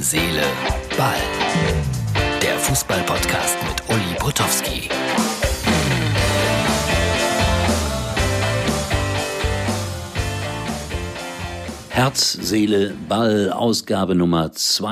Seele, Ball. Der Fußball-Podcast mit Uli Potowski. Herz, Seele, Ball, Ausgabe Nummer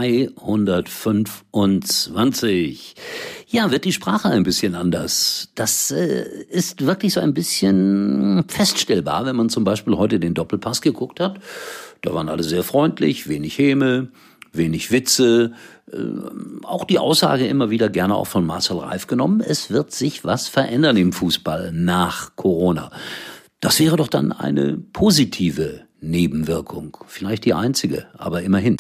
225. Ja, wird die Sprache ein bisschen anders. Das ist wirklich so ein bisschen feststellbar, wenn man zum Beispiel heute den Doppelpass geguckt hat. Da waren alle sehr freundlich, wenig Häme, wenig Witze. Auch die Aussage immer wieder gerne auch von Marcel Reif genommen. Es wird sich was verändern im Fußball nach Corona. Das wäre doch dann eine positive Nebenwirkung. Vielleicht die einzige, aber immerhin.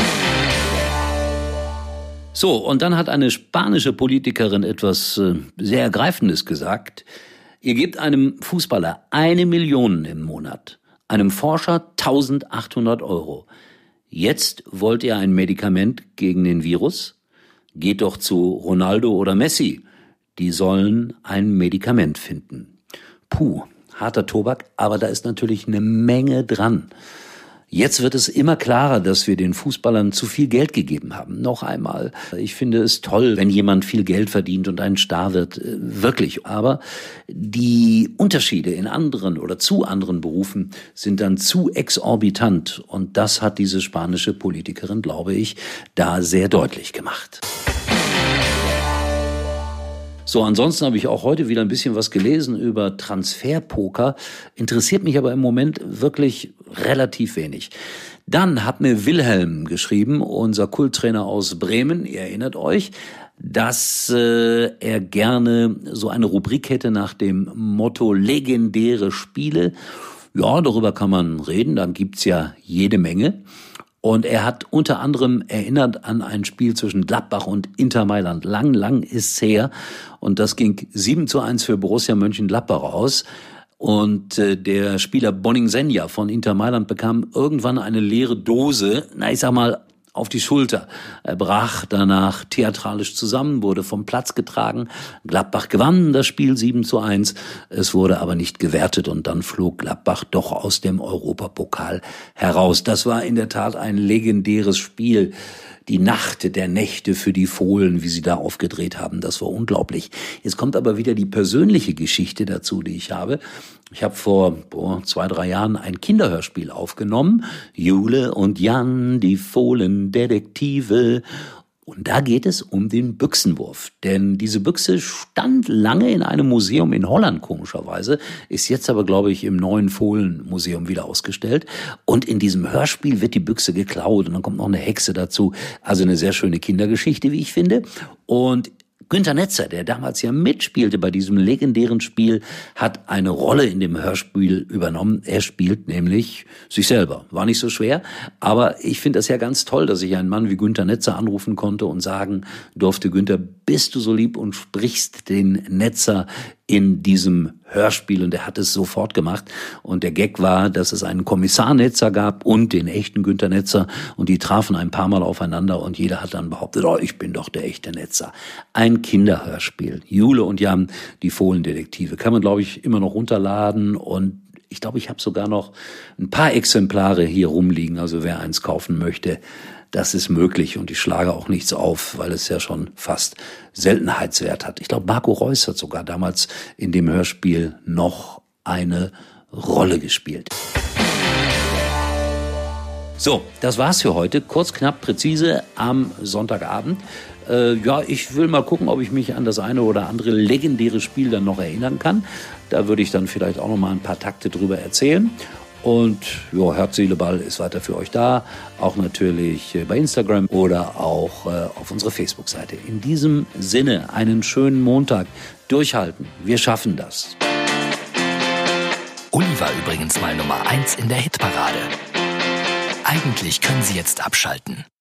So, und dann hat eine spanische Politikerin etwas sehr Ergreifendes gesagt. Ihr gebt einem Fußballer 1 Million im Monat, einem Forscher 1.800 Euro. Jetzt wollt ihr ein Medikament gegen den Virus? Geht doch zu Ronaldo oder Messi. Die sollen ein Medikament finden. Puh. Harter Tobak, aber da ist natürlich eine Menge dran. Jetzt wird es immer klarer, dass wir den Fußballern zu viel Geld gegeben haben. Noch einmal, ich finde es toll, wenn jemand viel Geld verdient und ein Star wird, wirklich. Aber die Unterschiede in anderen oder zu anderen Berufen sind dann zu exorbitant. Und das hat diese spanische Politikerin, glaube ich, da sehr deutlich gemacht. So, ansonsten habe ich auch heute wieder ein bisschen was gelesen über Transferpoker, interessiert mich aber im Moment wirklich relativ wenig. Dann hat mir Wilhelm geschrieben, unser Kulttrainer aus Bremen, ihr erinnert euch, dass er gerne so eine Rubrik hätte nach dem Motto legendäre Spiele. Ja, darüber kann man reden, dann gibt's ja jede Menge. Und er hat unter anderem erinnert an ein Spiel zwischen Gladbach und Inter Mailand. Lang ist's her. Und das ging 7:1 für Borussia Mönchengladbach aus. Und der Spieler Bonning-Senja von Inter Mailand bekam irgendwann eine leere Dose, auf die Schulter. Er brach danach theatralisch zusammen, wurde vom Platz getragen. Gladbach gewann das Spiel 7:1. Es wurde aber nicht gewertet und dann flog Gladbach doch aus dem Europapokal heraus. Das war in der Tat ein legendäres Spiel. Die Nacht der Nächte für die Fohlen, wie sie da aufgedreht haben, das war unglaublich. Jetzt kommt aber wieder die persönliche Geschichte dazu, die ich habe. Ich habe vor 2-3 Jahren ein Kinderhörspiel aufgenommen. Jule und Jan, die Fohlendetektive. Und da geht es um den Büchsenwurf. Denn diese Büchse stand lange in einem Museum in Holland, komischerweise, ist jetzt aber, glaube ich, im neuen Fohlenmuseum wieder ausgestellt. Und in diesem Hörspiel wird die Büchse geklaut und dann kommt noch eine Hexe dazu. Also eine sehr schöne Kindergeschichte, wie ich finde. Und Günter Netzer, der damals ja mitspielte bei diesem legendären Spiel, hat eine Rolle in dem Hörspiel übernommen. Er spielt nämlich sich selber. War nicht so schwer, aber ich finde das ja ganz toll, dass ich einen Mann wie Günter Netzer anrufen konnte und sagen durfte: Günter, bist du so lieb und sprichst den Netzer in diesem Hörspiel? Und er hat es sofort gemacht. Und der Gag war, dass es einen Kommissar Netzer gab und den echten Günter Netzer. Und die trafen ein paar Mal aufeinander und jeder hat dann behauptet: oh, ich bin doch der echte Netzer. Ein Kinderhörspiel. Jule und Jan, die Fohlendetektive. Kann man, glaube ich, immer noch runterladen. Und ich glaube, ich habe sogar noch ein paar Exemplare hier rumliegen. Also wer eins kaufen möchte, das ist möglich und ich schlage auch nichts auf, weil es ja schon fast Seltenheitswert hat. Ich glaube, Marco Reus hat sogar damals in dem Hörspiel noch eine Rolle gespielt. So, das war's für heute. Kurz, knapp, präzise am Sonntagabend. Ich will mal gucken, ob ich mich an das eine oder andere legendäre Spiel dann noch erinnern kann. Da würde ich dann vielleicht auch noch mal ein paar Takte drüber erzählen. Und Herz, Seele, Ball ist weiter für euch da. Auch natürlich bei Instagram oder auch auf unserer Facebook-Seite. In diesem Sinne, einen schönen Montag. Durchhalten. Wir schaffen das. Uli war übrigens mal Nummer 1 in der Hitparade. Eigentlich können Sie jetzt abschalten.